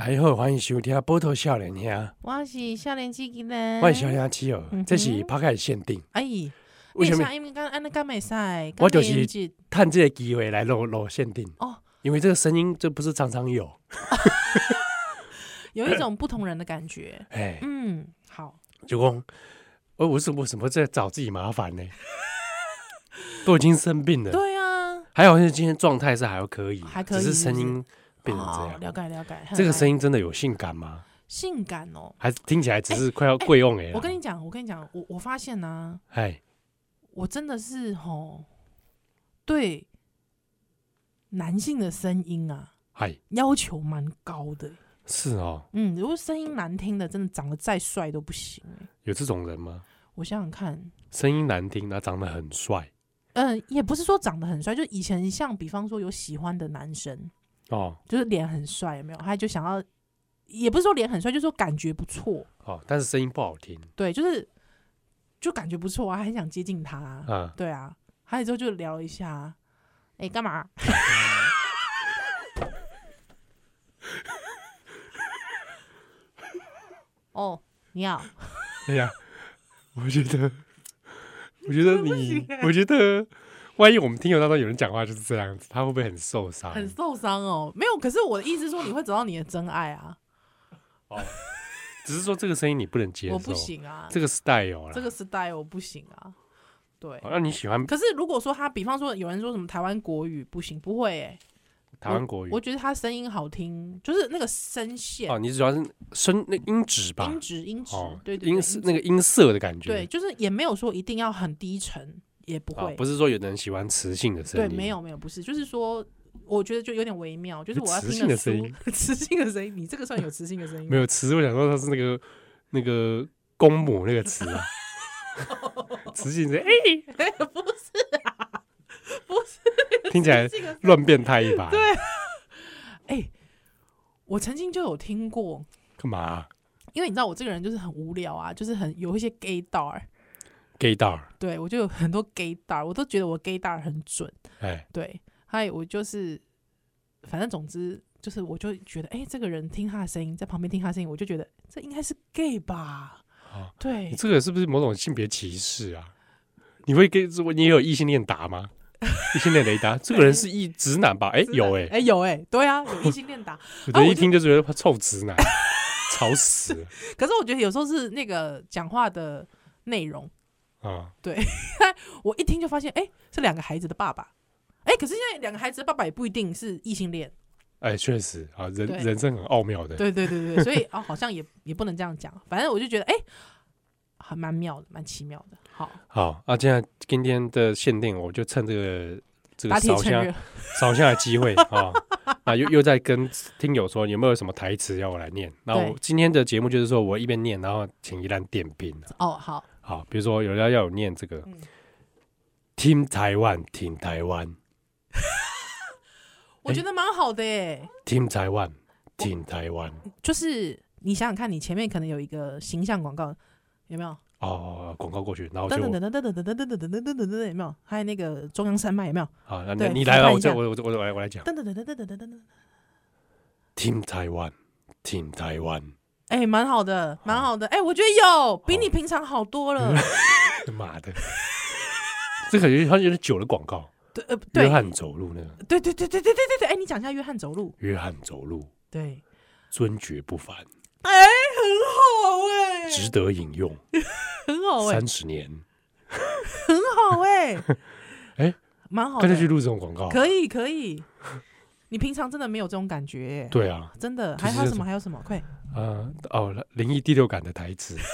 大家好，欢迎收听《波头少年兄》， 我是少年机器人， 我是少年七哦，这是 Podcast 限定。 哎， 为什么？ 因为刚安尼干没赛， 我就是趁这个机会来录限定哦， 因为这个声音这不是常常有， 有一种不同人的感觉。 哎， 好， 就讲我什么在找自己麻烦呢？都已经生病了， 对啊， 还好是今天状态是还可以， 还可以， 只是声音变成这样。 了解。 这个声音真的有性感吗？ 性感哦， 还是听起来只是快要贵用哎？ 我跟你讲，我发现呢， 哎， 我真的是对男性的声音啊，要求蛮高的。 是哦， 如果声音难听的，真的长得再帅都不行。 有这种人吗？ 我想想看， 声音难听，然后长得很帅。 也不是说长得很帅，就以前像比方说有喜欢的男生哦，就是脸很帅，有没有？他就想要，也不是说脸很帅，就是说感觉不错哦，但是声音不好听。 对，就感觉不错啊，很想接近他。对啊，还有之后就聊一下，干嘛？哦，你好。 哎呀，我觉得，万一我们听友当中有人讲话就是这样子，他会不会很受伤？ 很受伤哦，没有。可是我的意思是说，你会找到你的真爱啊。 哦，只是说这个声音你不能接受， 我不行啊。 这个 style 啦， 这个 style 我不行啊。对， 那你喜欢？ 可是如果说他，比方说有人说什么台湾国语不行，不会台湾国语， 我觉得他声音好听，就是那个声线哦，你主要是那音质吧？ 音质，对， 那个音色的感觉， 对，就是也没有说一定要很低沉，也不会， 不是说有人喜欢磁性的声音， 对，没有，不是，就是说，我觉得就有点微妙，就是我要听的声音， 磁性的声音，你这个算有磁性的声音吗？ 没有磁，我想说它是那个公母那个词啊，磁性声， 不是啊，不是， 听起来乱变态一把， 对。我曾经就有听过， 干嘛？ 因为你知道我这个人就是很无聊啊，就是有一些 gaydar，对，我就有很多 gaydar，我都觉得我 gaydar 很准，对，还有我就是反正总之就是我就觉得这个人听他的声音，在旁边听他的声音，我就觉得这应该是 gay 吧。对， 你这个是不是某种性别歧视啊？你会你也有异性恋打吗？异性恋雷达，这个人是直男吧？有对啊，有异性恋打， 有的一听就觉得他臭直男，吵死了。 可是我觉得有时候是那个讲话的内容啊，对，我一听就发现，是两个孩子的爸爸，可是现在两个孩子的爸爸也不一定是异性恋， 确实啊，人生很奥妙的， 对，所以好像也不能这样讲，反正我就觉得还蛮妙的，蛮奇妙的。 好啊！今天的限定，我就趁这个扫下的机会啊，又在跟听友说有没有什么台词要我来念。然后今天的节目就是说我一边念，然后请依兰点评。 好， 比如说有人要有念这个，Team 台湾，Team 台湾， 我觉得蛮好的耶。 Team 台湾，Team 台湾， 就是你想想看，你前面可能有一个形象广告，有没有？ 广告过去，然后就有没有？还有那个中央山脉有没有？ 好，那你来了，我来讲。Team 台湾，Team 台湾， 蛮好的，蛮好的。我觉得有比你平常好多了。 妈的，这个好像有点久的广告。约翰走路那个。 对。你讲一下约翰走路。 约翰走路， 对， 尊爵不凡。 很好值得引用。 很好 30年， 很好蛮好的。 干脆去录这种广告， 可以。你平常真的没有这种感觉对啊， 真的。还有什么？快灵异第6感的台词，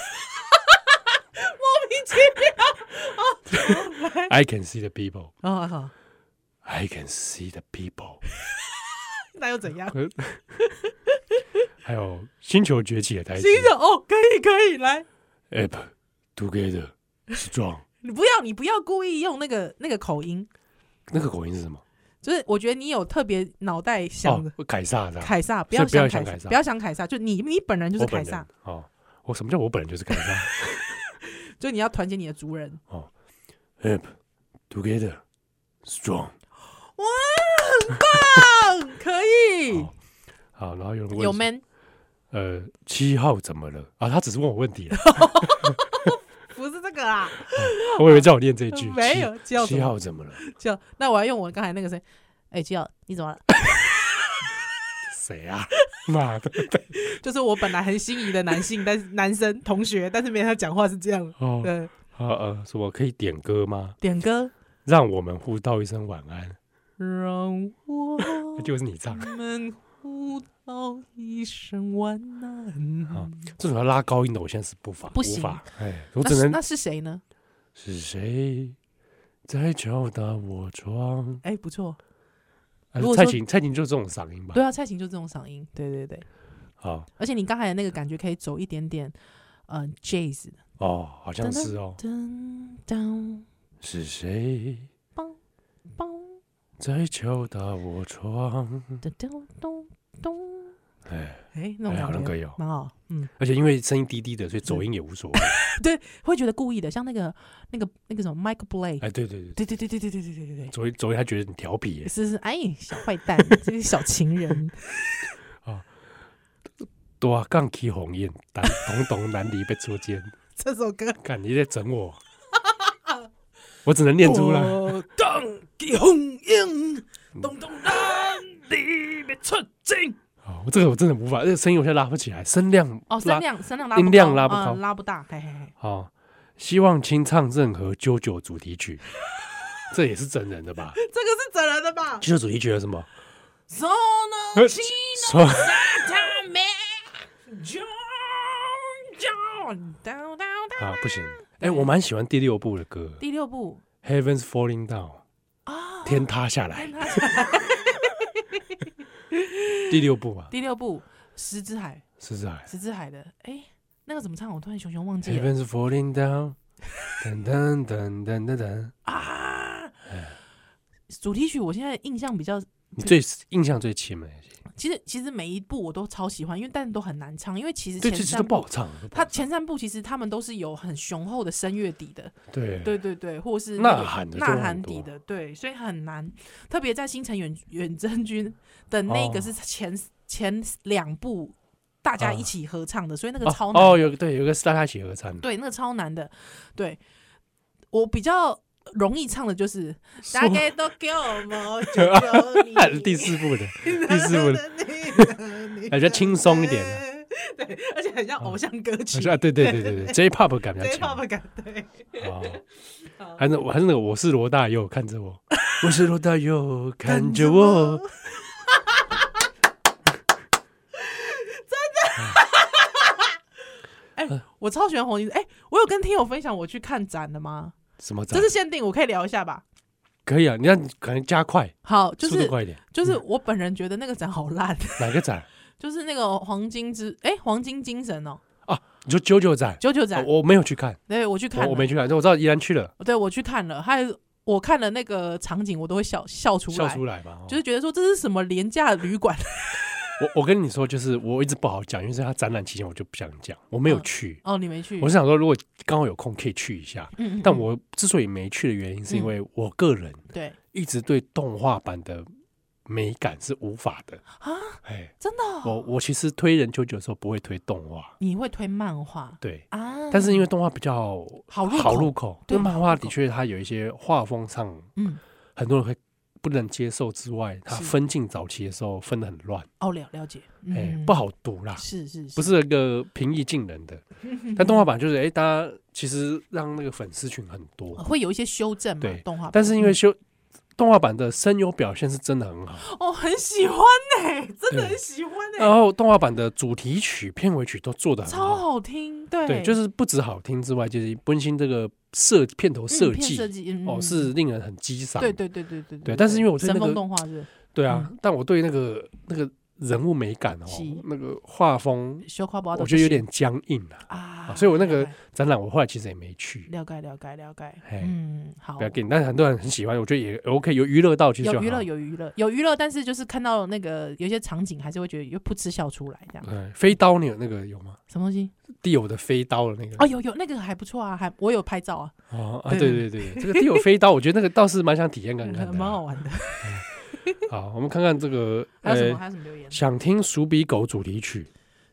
莫名其妙。 I can see the people。 好 I can see the people。 那又怎样？ 还有星球崛起的台词， 可以来。 App together strong。 你不要故意用那个口音。 那个口音是什么？ 就是我觉得你有特别脑袋想的凯撒， 不要想凯撒，就你本人就是凯撒。 我什么叫我本人就是凯撒？ 就你要团结你的族人。 App together strong。 哇，很棒，可以。 好，然后有人问有 man 7号怎么了啊？他只是问我问题了， 不是这个啊。 我以为叫我念这一句， 没有。 7号怎么了？ 那我要用我刚才那个声，7号你怎么了？ 谁啊？妈的！ 就是我本来很心仪的男生同学，但是没他讲话是这样。对。 说我可以点歌吗？ 点歌， 让我们互道一声晚安。 让我就是你唱。 们互道一声晚安。 这种要拉高音的，我现在是不行。我只能。 那是谁呢？ 是谁在敲打我窗？ 不错。 蔡琴就这种嗓音吧？ 对啊，蔡琴就这种嗓音。对对对。 好， 而且你刚才的那个感觉可以走一点点jazz 的。 好像是哦。是谁在敲打我窗？ 那种感觉有蛮好。 而且因为声音低低的，所以走音也无所谓。 对，会觉得故意的，像那个什么 Michael Blake。 对，走音他觉得你调皮。 是，小坏蛋，这个小情人。 大港起红艳，东东南离被捉奸。 这首歌， 看你在整我，我只能念出来。 大港起红艳，东东南离被捉奸。 这个我真的无法，这个声音我现在拉不起来，声量音量拉不高， 拉不大。 希望清唱任何JoJo主题曲，这也是真人的吧？ 这个是真人的吧 ？JoJo主题曲有什么？不行。我蛮喜欢第6部的歌。 第6部 Heaven's Falling Down， 天塌下来。第6部啊， 第6部石之海的。那个怎么唱？我突然熊忘记了。 Heaven's Falling Down， 噔噔噔噔噔噔主题曲我现在印象比较， 你印象最深的。 其实每一部我都超喜欢，因为但都很难唱，因为其实前3部不好唱。 它前3部其实他们都是有很雄厚的声乐底的，对，或是呐喊底的，对，所以很难。特别在星辰远征军的那个是前2部大家一起合唱的，所以那个超难。 有个是大家一起合唱的， 对，那个超难的。对，我比较容易唱的就是大家都给我们第4部的，比较轻松一点的。 对，而且很像偶像歌曲。 对 J-pop 感比较强。 J-pop 感，对。 还是那个我是罗大佑，看着我，我是罗大佑，看着我。 真的。我超喜欢红衣。我有跟听友分享我去看展了吗？ 什么展？ 这是限定，我可以聊一下吧？ 可以啊，你要可能加快， 好， 速度快一点。 就是我本人觉得那个展好烂。 哪个展？ 就是那个黄金精神哦。 你说JoJo展，我没有去看。 对，我去看了， 我没去看，我知道依然去了。 对，我去看了，我看了那个场景，我都会笑出来吧， 就是觉得说这是什么廉价旅馆。 我跟你说，就是我一直不好讲，因为是他展览期间，我就不想讲，我没有去。 你没去？ 我是想说，如果刚好有空可以去一下。但我之所以没去的原因，是因为我个人一直对动画版的美感是无法的啊！真的？ 我其实推人JoJo的时候不会推动画， 你会推漫画？ 对啊，但是因为动画比较好入口，对漫画的确它有一些画风上，很多人会不能接受之外，它分镜早期的时候分得很乱。 了解， 不好读啦， 是， 不是一个平易近人的。但动画版就是大家其实让那个粉丝群很多， 会有一些修正嘛，动画版， 但是因为动画版的声优表现是真的很好， 很喜欢真的很喜欢然后动画版的主题曲、片尾曲都做得很好， 超好听，对， 就是不止好听之外，就是本身这个片头设计是令人很激赏， 对。 但是因为我对神风动画是， 对啊，但我对那个人物美感那个画风，我觉得有点僵硬所以我那个展览我后来其实也没去。 了解。好， 不要给你，但是很多人很喜欢，我觉得也 OK， 有娱乐到其实有娱乐，但是就是看到那个有些场景，还是会觉得又噗嗤笑出来这样。 飞刀你有那个有吗？ 什么东西？ 地友的飞刀的那个？ 有那个还不错啊，我有拍照啊。 对，这个地友飞刀，我觉得那个倒是蛮想体验看看的， 蛮好玩的。 好，我们看看这个还有什么留言？ 想听鼠比狗主题曲，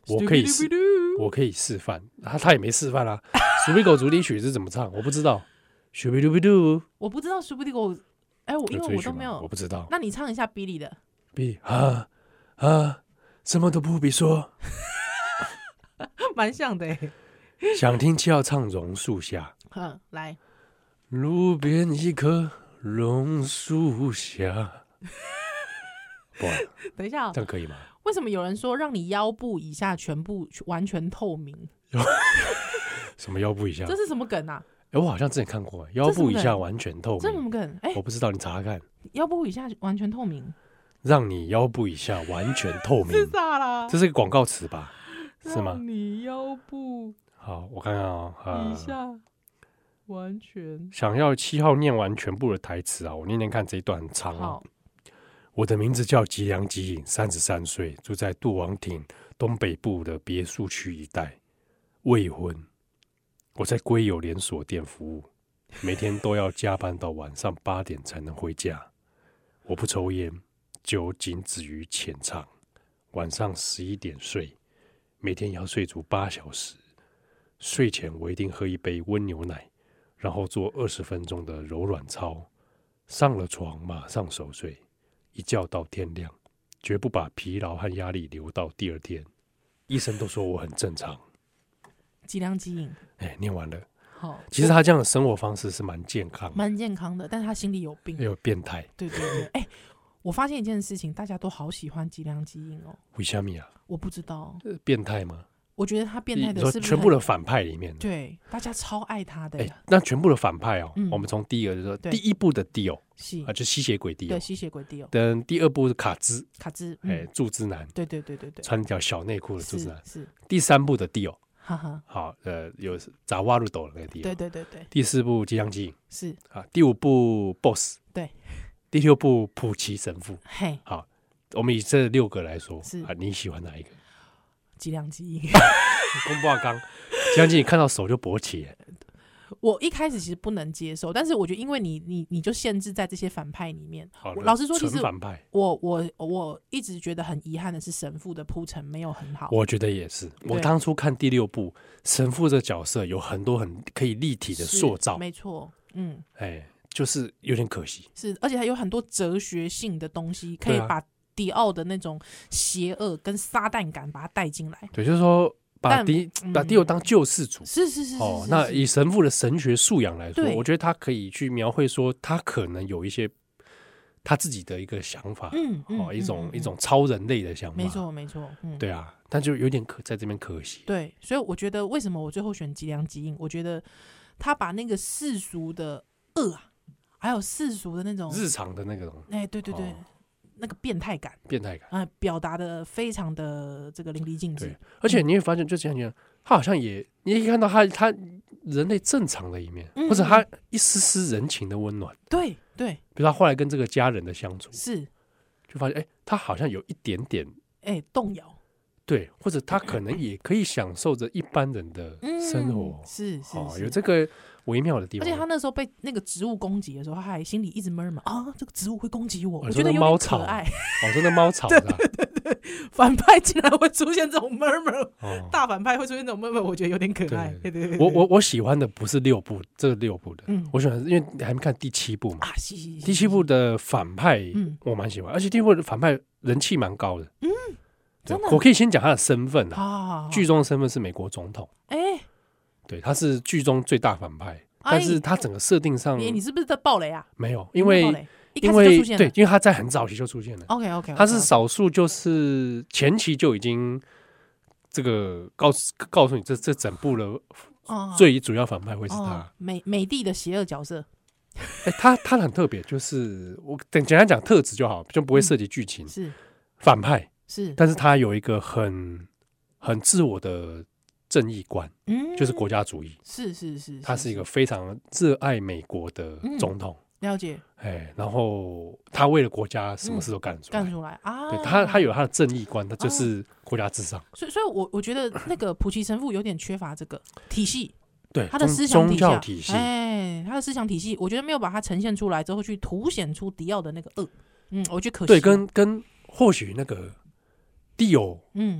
我可以示范，他也没示范啊。鼠比狗主题曲是怎么唱？我不知道。鼠比比嘟， 我不知道鼠比狗，因为我都没有， 我不知道。 那你唱一下 Billy 的。 Billy 什么都不必说， 蛮像的欸。 想听就要唱榕树下。 来， 路边一棵榕树下。不， 等一下， 这样可以吗？ 为什么有人说让你腰部以下全部完全透明？ 什么腰部以下？ 这是什么梗啊？ 我好像之前看过，腰部以下完全透明。 这什么梗？ 我不知道，你查查看。 腰部以下完全透明， 让你腰部以下完全透明。 是啥啦？ 这是个广告词吧？是吗？ 让你腰部好，我看看以下完全。 想要7号念完全部的台词啊，我念念看，这一段很长啊。我的名字叫吉良吉影，33岁，住在杜王町东北部的别墅区一带，未婚。我在龟友连锁店服务，每天都要加班到晚上8点才能回家。我不抽烟，酒仅止于浅尝。晚上11点睡，每天要睡足8小时。睡前我一定喝一杯温牛奶，然后做20分钟的柔软操。上了床马上熟睡，一觉到天亮，绝不把疲劳和压力留到第二天。医生都说我很正常。 吉良吉影， 念完了。 好， 其实他这样的生活方式是蛮健康的，但是他心里有病， 有变态。 对对对，我发现一件事情，大家都好喜欢吉良吉影哦。 为什么啊？ 我不知道， 变态吗？ 我觉得他变态的是不是全部的反派里面， 对，大家超爱他的。 那全部的反派哦，我们从第一个就说，第一部的迪欧就吸血鬼迪欧， 对，吸血鬼迪欧。 等第二部是卡兹，柱之男， 对， 穿一条小内裤的柱之男。 是第3部的迪欧， 好， 有扎瓦鲁斗的那个迪欧。 对。 第4部吉良吉影是啊，第5部 BOSS， 对，第6部普奇神父。好，我们以这6个来说，你喜欢哪一个？ 吉良吉影。 公布刚，吉良吉影看到手就勃起。 我一开始其实不能接受，但是我觉得因为你就限制在这些反派里面。老实说，其实反派我一直觉得很遗憾的是神父的铺陈没有很好。 我觉得也是，我当初看第6部神父这个角色有很多很可以立体的塑造， 没错， 就是有点可惜。 是，而且还有很多哲学性的东西可以把迪奥的那种邪恶跟撒旦感把它带进来。 对，就是说。把迪欧当救世主， 是那以神父的神学素养来说，我觉得他可以去描绘说，他可能有一些他自己的一个想法，一种超人类的想法， 没错， 对啊，但就有点在这边可惜。 对，所以我觉得为什么我最后选吉良吉影，我觉得他把那个世俗的恶啊，还有世俗的那种日常的那个， 对。那个变态感表达的非常的这个淋漓尽致。 而且你会发现，就这样讲，他好像你可以看到他人类正常的一面，或者他一丝丝人情的温暖。对，比如他后来跟这个家人的相处，就发现他好像有一点点动摇。 对，或者他可能也可以享受着一般人的生活， 是有这个微妙的地方。 而且他那时候被那个植物攻击的时候，他还心里一直 murmur 啊，这个植物会攻击我，我觉得有点可爱。 真的猫草， 对，反派竟然会出现这种 murmur，大反派会出现这种 murmur，我觉得有点可爱。对， 我喜欢的不是6部，这6部的，我喜欢，因为你还没看第7部嘛。第7部的反派我蛮喜欢，而且第7部的反派人气蛮高的。我可以先讲他的身份剧中的身份是美国总统。对，他是剧中最大反派，但是他整个设定上， 你是不是在爆雷啊？ 没有，因为他在很早期就出现了。 OK， 他是少数就是前期就已经这个告诉你这整部的最主要反派会是他， 美帝的邪恶角色。 他很特别，就是我简单讲特质就好，就不会涉及剧情。 是反派。但是他有一个很自我的正义观，就是国家主义。是，他是一个非常热爱美国的总统。 了解。 然后他为了国家什么事都干出来啊！ 对，他有他的正义观，他就是国家至上。 所以我觉得那个普奇神父有点缺乏这个体系。 对， 他的思想宗教体系， 他的思想体系，我觉得没有把它呈现出来之后，去凸显出迪奥的那个恶。我觉得可惜。 对，跟或许那个。迪欧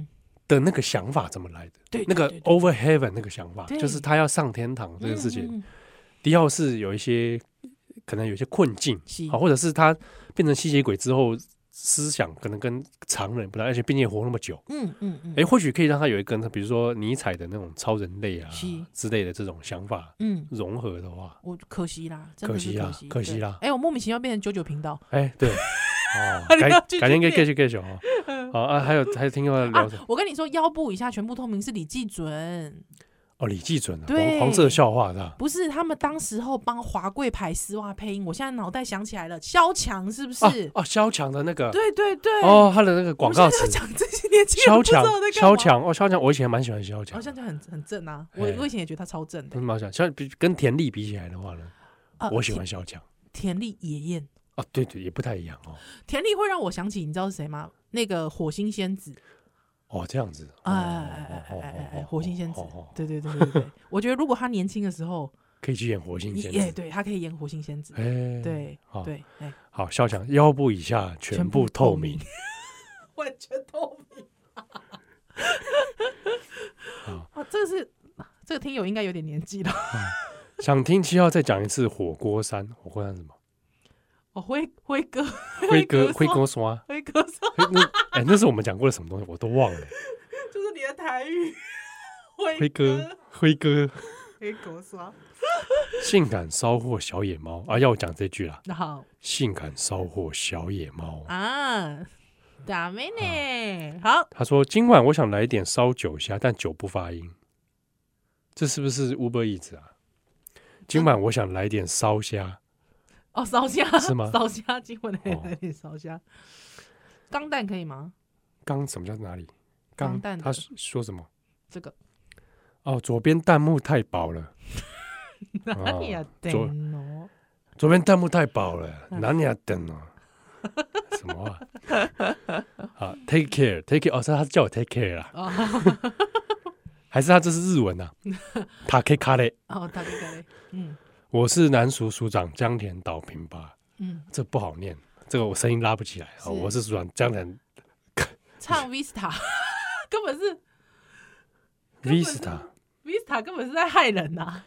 的那个想法怎么来的？ 对， 那个 over heaven 那个想法，就是他要上天堂这个事情。迪奥是有一些可能有一些困境，或者是他变成吸血鬼之后，思想可能跟常人不太，而且毕竟也活那么久，或许可以让他有一个，比如说尼采的那种超人类啊之类的这种想法，融合的话， 我可惜啦， 可惜啦， 我莫名其妙变成99频道， 对。改天可以继续哦。好啊，还有听到聊什么？ 我跟你说，腰部以下全部透明是李济准。 李济准啊，黄色笑话的， 不是他们当时候帮华贵牌丝袜配音，我现在脑袋想起来了，萧强是不是？ 萧强的那个， 对， 他的那个广告词， 讲这些年轻人不知道在干嘛。 萧强，我以前蛮喜欢萧强， 萧强很正啊，我以前也觉得他超正的。 蛮喜欢，跟田丽比起来的话呢，我喜欢萧强， 田丽野艳。 对，也不太一样哦。 田丽会让我想起，你知道是谁吗？那个火星仙子。 这样子。 火星仙子。对，我觉得如果他年轻的时候可以去演火星仙子， 对，他可以演火星仙子。对， 好，萧强腰部以下全部透明， 完全透明。这个听友应该有点年纪了。 想听7号再讲一次火锅山什么？ 辉哥酸，那是我们讲过的什么东西，我都忘了。 就是你的台语， 辉哥酸， 性感骚货小野猫啊！要我讲这句啦。 好， 性感骚货小野猫啊，ダメ呢。好， 他说今晚我想来一点烧酒虾，但酒不发音，这是不是 Uber Eats 啊？今晚我想来点烧虾。 烧虾是吗？ 烧虾，今晚来点烧虾。钢蛋可以吗？ 什么叫哪里？ 钢蛋， 他说什么？ 这个左边弹幕太薄了。 哪里啊？ 左边弹幕太薄了，哪里啊？等哦。什么啊？好 ，take care，是他叫我 take care 啦。还是他这是日文啊？塔 K 卡雷。 塔 K 卡雷。 我是南署署长江田岛平八，这不好念，这个我声音拉不起来。我是署长江田， 唱 Vista 根本是 Vista 根本是在害人呐。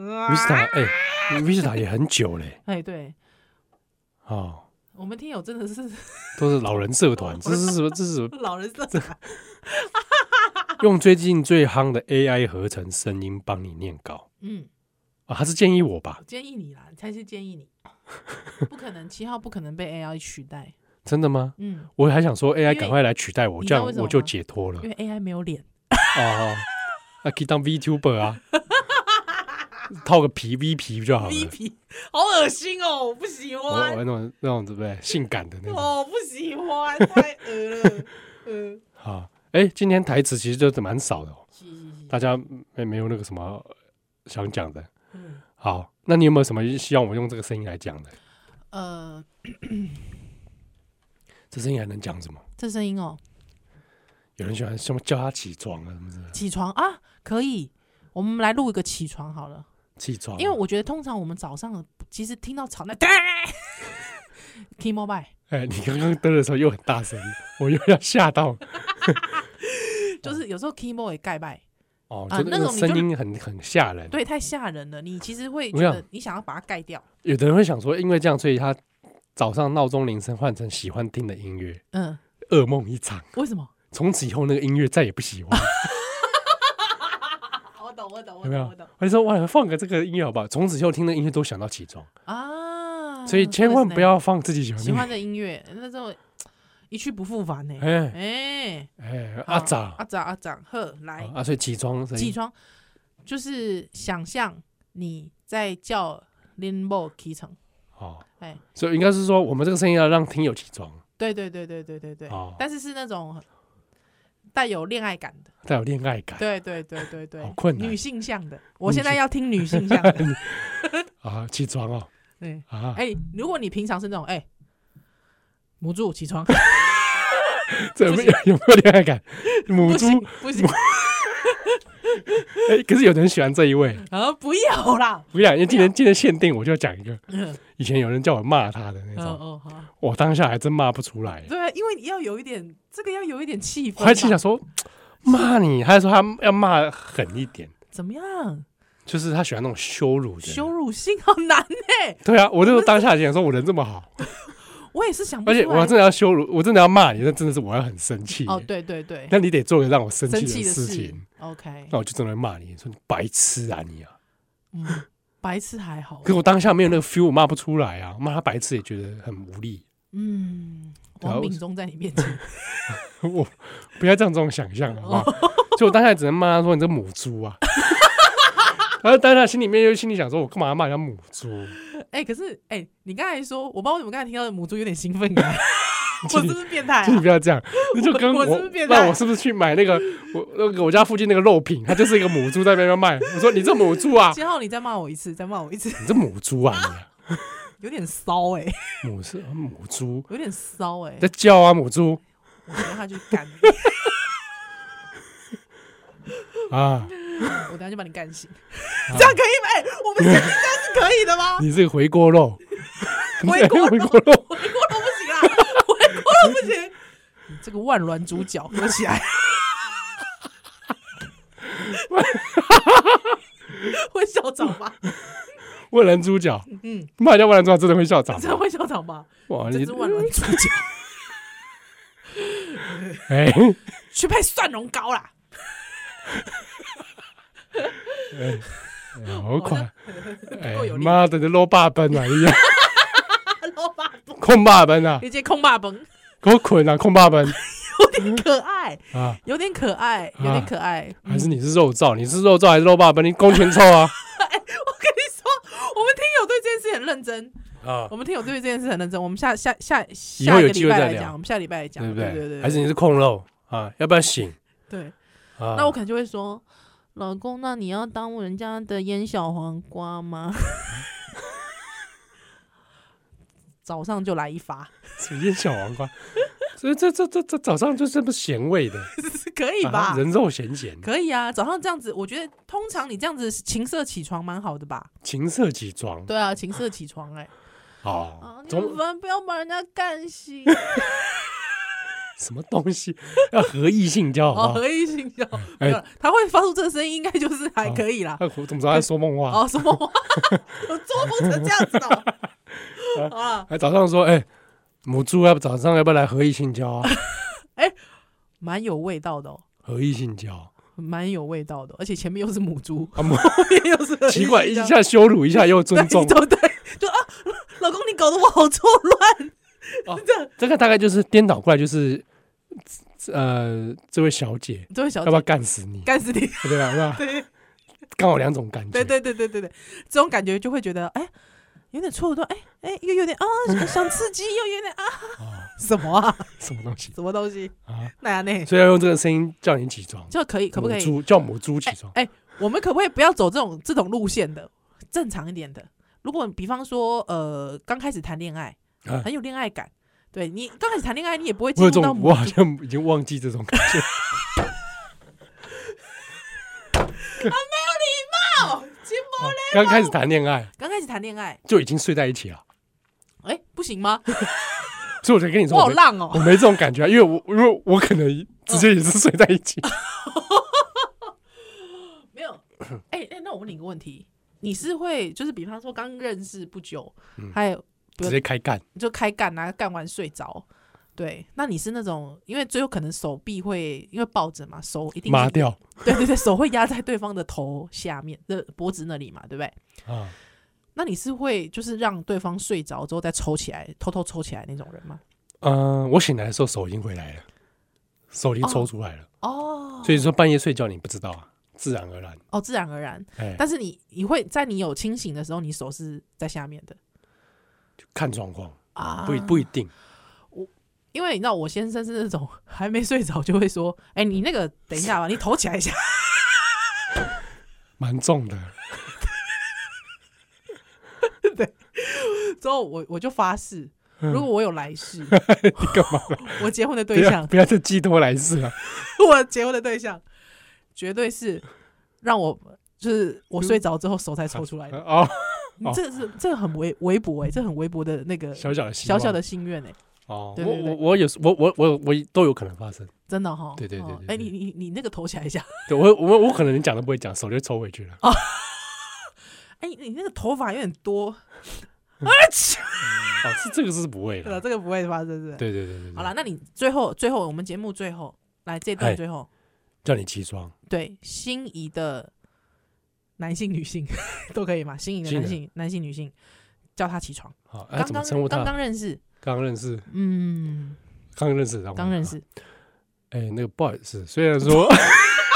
Vista 也很久嘞。 对。我们听友真的是都是老人社团，这是什么？ 老人社团。 用最近最夯的 AI 合成声音帮你念稿。他是建议我吧？ 建议你啦，才是建议你。不可能，7号不可能被 AI 取代。 真的吗？我还想说 AI 赶快来取代我，这样我就解脱了。 因为 AI 没有脸。 那可以当 VTuber 啊，套个皮 V 皮就好了。 V 皮好恶心哦，我不喜欢。 那种对不对？性感的那种。 不喜欢，太恶了。 好，今天台词其实就是蛮少的哦。大家没有那个什么想讲的。好，那你有没有什么希望我用这个声音来讲的？这声音还能讲什么？ 这声音哦， 有人喜欢什么叫他起床啊？什么之类的？ 起床啊，可以，我们来录一个起床好了。 起床， 因为我觉得通常我们早上其实听到吵那，T-Mobile， 你刚刚登的时候又很大声，我又要吓到。 就是有时候 T-Mobile 也盖拜。 那种声音很吓人， 对，太吓人了。你其实会觉得你想要把它盖掉。有的人会想说，因为这样，所以他早上闹钟铃声换成喜欢听的音乐，噩梦一场。 为什么？ 从此以后那个音乐再也不喜欢。 我懂。 我就说，哇，放个这个音乐好不好？从此以后听的音乐都想到起床啊，所以千万不要放自己喜欢的音乐，那种一去不复返呢。 阿长， 呵，来所以起床就是想象你在叫林某起床。 所以应该是说，我们这个声音要让听友起床。 对，但是那种带有恋爱感的，对， 好困难， 女性向的。我现在要听女性向的。 起床哦。 对如果你平常是那种母猪起床。 这有没有恋爱感？母猪不行。 可是有人喜欢这一位不要啦， 不要，因为今天限定，我就讲一个。以前有人叫我骂他的那种，我当下还真骂不出来。 对，因为要有一点，这个要有一点气氛。 我还心想说， 骂你，他说他要骂狠一点， 怎么样？ 就是他喜欢那种羞辱的， 羞辱性好难哎。 对啊，我就当下想说，我人这么好， 我也是想不出来， 而且我真的要羞辱，我真的要骂你，那真的是我要很生气。 哦，对对对， 那你得做个让我生气的事情。 OK， 那我就真的骂你说你白痴啊你啊。 白痴还好， 可是我当下没有那个 feel， 我骂不出来啊，骂他白痴也觉得很无力。 王炳忠在你面前， 我不要这样这种想象，好不好？所以我当下只能骂他说你这母猪啊。然后当下心里面就心里想说，我干嘛要骂人家母猪？ 可是你刚才说，我不知道为什么刚才听到母猪有点兴奋感。我是不是变态啊？ 你不要这样，你就跟我，那我是不是去买那个我家附近那个肉品，它就是一个母猪在那边卖。我说你这母猪啊！ 今后你再骂我一次，再骂我一次。 你这母猪啊你！ 有点骚母猪， 有点骚在叫啊母猪。 我等下去干你啊！ 我等下就把你干醒，这样可以吗？我们现在这样是可以的吗？ 你这个回锅肉， 回锅肉不行啊！回锅肉不行，你这个万峦猪脚合起来，会校长吧？ 万峦猪脚，骂人家万峦猪脚真的会校长， 真的会校长吧？哇，这是万峦猪脚，去配蒜蓉糕啦！ 好快！妈的，肉霸崩啊！你空霸崩啊！ 你这空霸崩， 给我捆啊！空霸崩， 有点可爱啊，有点可爱，有点可爱。 还是你是肉燥？你是肉燥还是肉霸崩？你公权臭啊！ 我跟你说，我们听友对这件事很认真啊。我们听友对这件事很认真。我们下一个礼拜来讲，我们下礼拜来讲，对对对。 还是你是控肉啊？要不要醒？ 对。那我可能就会说，老公，那你要当人家的腌小黄瓜吗？早上就来一发， 腌小黄瓜，这早上就这么咸味的， 可以吧？ 人肉咸咸， 可以啊。早上这样子，我觉得通常你这样子情色起床蛮好的吧？ 情色起床， 对啊，情色起床你不要把人家干醒。 什么东西要合意性交？ 合意性交，他会发出这个声音，应该就是还可以啦。 我怎么知道他说梦话？ 说梦话，我做梦成这样子的。好了， 还早上说，母猪早上要不要来合意性交啊？ 蛮有味道的哦。 合意性交， 蛮有味道的，而且前面又是母猪， 后面又是奇怪，一下羞辱，一下又尊重， 对，就老公，你搞得我好错乱。 这个大概就是颠倒过来，就是这位小姐要不要干死你？ 干死你， 对吧？对，刚好两种感觉。 对，这种感觉就会觉得，有点错乱，又有点想刺激，又有点什么啊？什么东西啊？那所以要用这个声音叫你起床， 可不可以？ 叫母猪起床？ 我们可不可以不要走这种路线的，正常一点的？如果比方说，刚开始谈恋爱。很有恋爱感，对你刚开始谈恋爱，你也不会进入到我好像已经忘记这种感觉。 没有礼貌， 刚开始谈恋爱就已经睡在一起了， 不行吗？ 所以我才跟你说， 我好浪哦， 我没这种感觉，因为我可能直接也是睡在一起。 没有，那我问你一个问题，你是会就是比方说刚认识不久，还有。 直接开干， 就开干啊，干完睡着。对，那你是那种，因为最后可能手臂会因为抱着嘛，手一定麻掉。 对，手会压在对方的头下面的脖子那里嘛，对不对？那你是会就是让对方睡着之后再抽起来，偷偷抽起来那种人吗？ 我醒来的时候手已经回来了，手已经抽出来了。所以说半夜睡觉你不知道啊，自然而然。 自然而然。但是你会在你有清醒的时候，你手是在下面的。 看状况不一定。 因为你知道我先生是那种还没睡着就会说：“你那个等一下吧，你头起来一下。” 蛮重的。 对，之后我就发誓，如果我有来世，你干嘛？ 我结婚的对象不要再寄托来世了。 我结婚的对象绝对是让我就是我睡着之后手才抽出来的。这个很微薄这很微薄的那个小小的心愿哦，我有我都有可能发生， 真的哈。 对。 哎，你那个投起来一下。 对，我可能连讲都不会讲，手就抽回去了。 哎，你那个头发有点多。 这个是不会的， 这个不会发生是。 对。 好了，那你最后我们节目最后来这段最后叫你起床。对， 心仪的男性女性都可以嘛？心仪的男性女性叫他起床。 好，怎么称呼他？ 刚认识。 刚认识。哎，那个不好意思，虽然说不是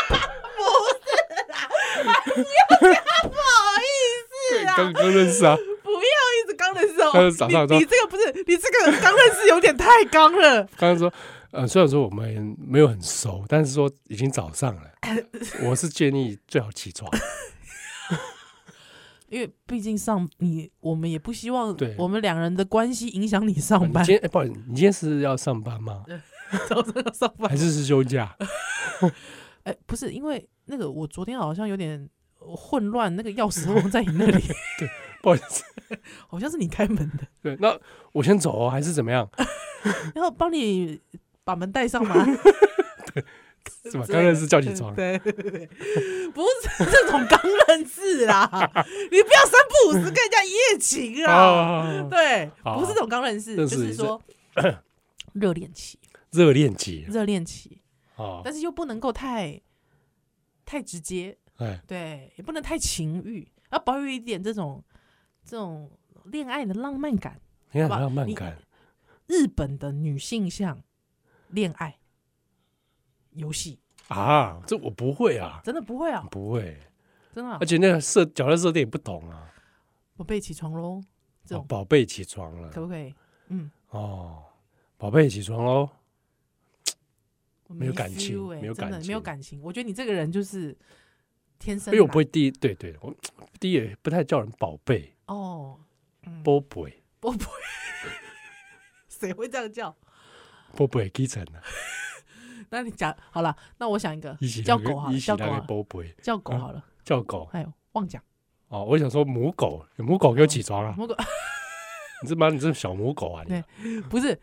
啦，不要这样，不好意思啊， 刚认识啊。 刚认识哦， 你这个不是，你这个刚认识有点太刚了。 刚刚说，虽然说我们没有很熟，但是说已经早上了，我是建议最好起床， 因为毕竟我们也不希望我们两人的关系影响你上班。 不好意思，你今天是要上班吗？ 早上要上班， 还是休假？ 不是，因为那个我昨天好像有点混乱，那个钥匙好像在你那里。 对。不好意思， 好像是你开门的。 对，那我先走哦，还是怎么样？ 然后帮你把门带上吗？ 对，是吧？刚认识叫起床。 对，不是这种刚认识啦，你不要三不五时跟人家一夜情啊。对，不是这种刚认识，就是说热恋期。但是又不能够太直接，对，也不能太情欲，要保有一点这种恋爱的浪漫感，日本的女性向恋爱游戏啊，这我不会啊， 真的不会啊， 不会， 真的。 而且那个角色设定也不懂啊。 宝贝起床喽，这种宝贝起床了， 可不可以？ 宝贝起床喽，没有感情，没有感情。 我觉得你这个人就是天生， 因为我不会对，我第一也不太叫人宝贝宝贝， 谁会这样叫？ 宝贝基层啊。 那你讲好了，那我想一个叫狗好了，叫狗好了， 叫狗。 还有忘讲我想说母狗给我起床啊！ 母狗， 你这小母狗啊！ 对，不是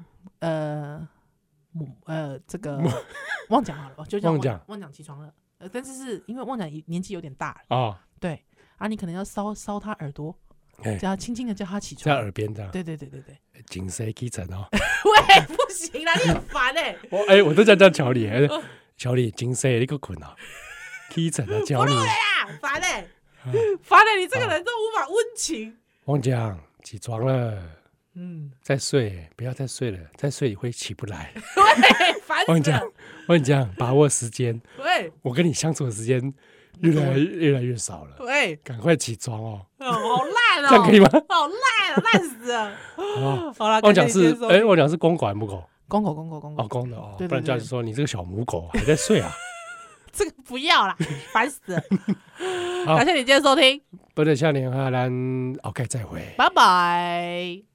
这个忘讲好了，就叫忘讲起床了。但是因为忘讲年纪有点大了对啊，你可能要搔他耳朵，叫他轻轻的叫他起床， 在耳边这样。 对， 精神基层哦。 喂，不行啦，你很烦我都叫乔里，乔里精神你个困啊，基层啊，教你烦烦你这个人都无法温情。 忘讲起床了，再睡，不要再睡了，再睡你会起不来。 喂，烦死了。 忘讲把握时间， 喂， 我跟你相处的时间越来越少了， 喂，赶快起床哦。 好烂哦， 这样可以吗？ 好烂，烂死了。好了， 忘讲是公狗还是母狗？ 公狗。 公的哦，不然叫说你这个小母狗还在睡啊。 这个不要啦，烦死了。感谢你今天收听， 不得下年哈兰 OK 再会， 拜拜。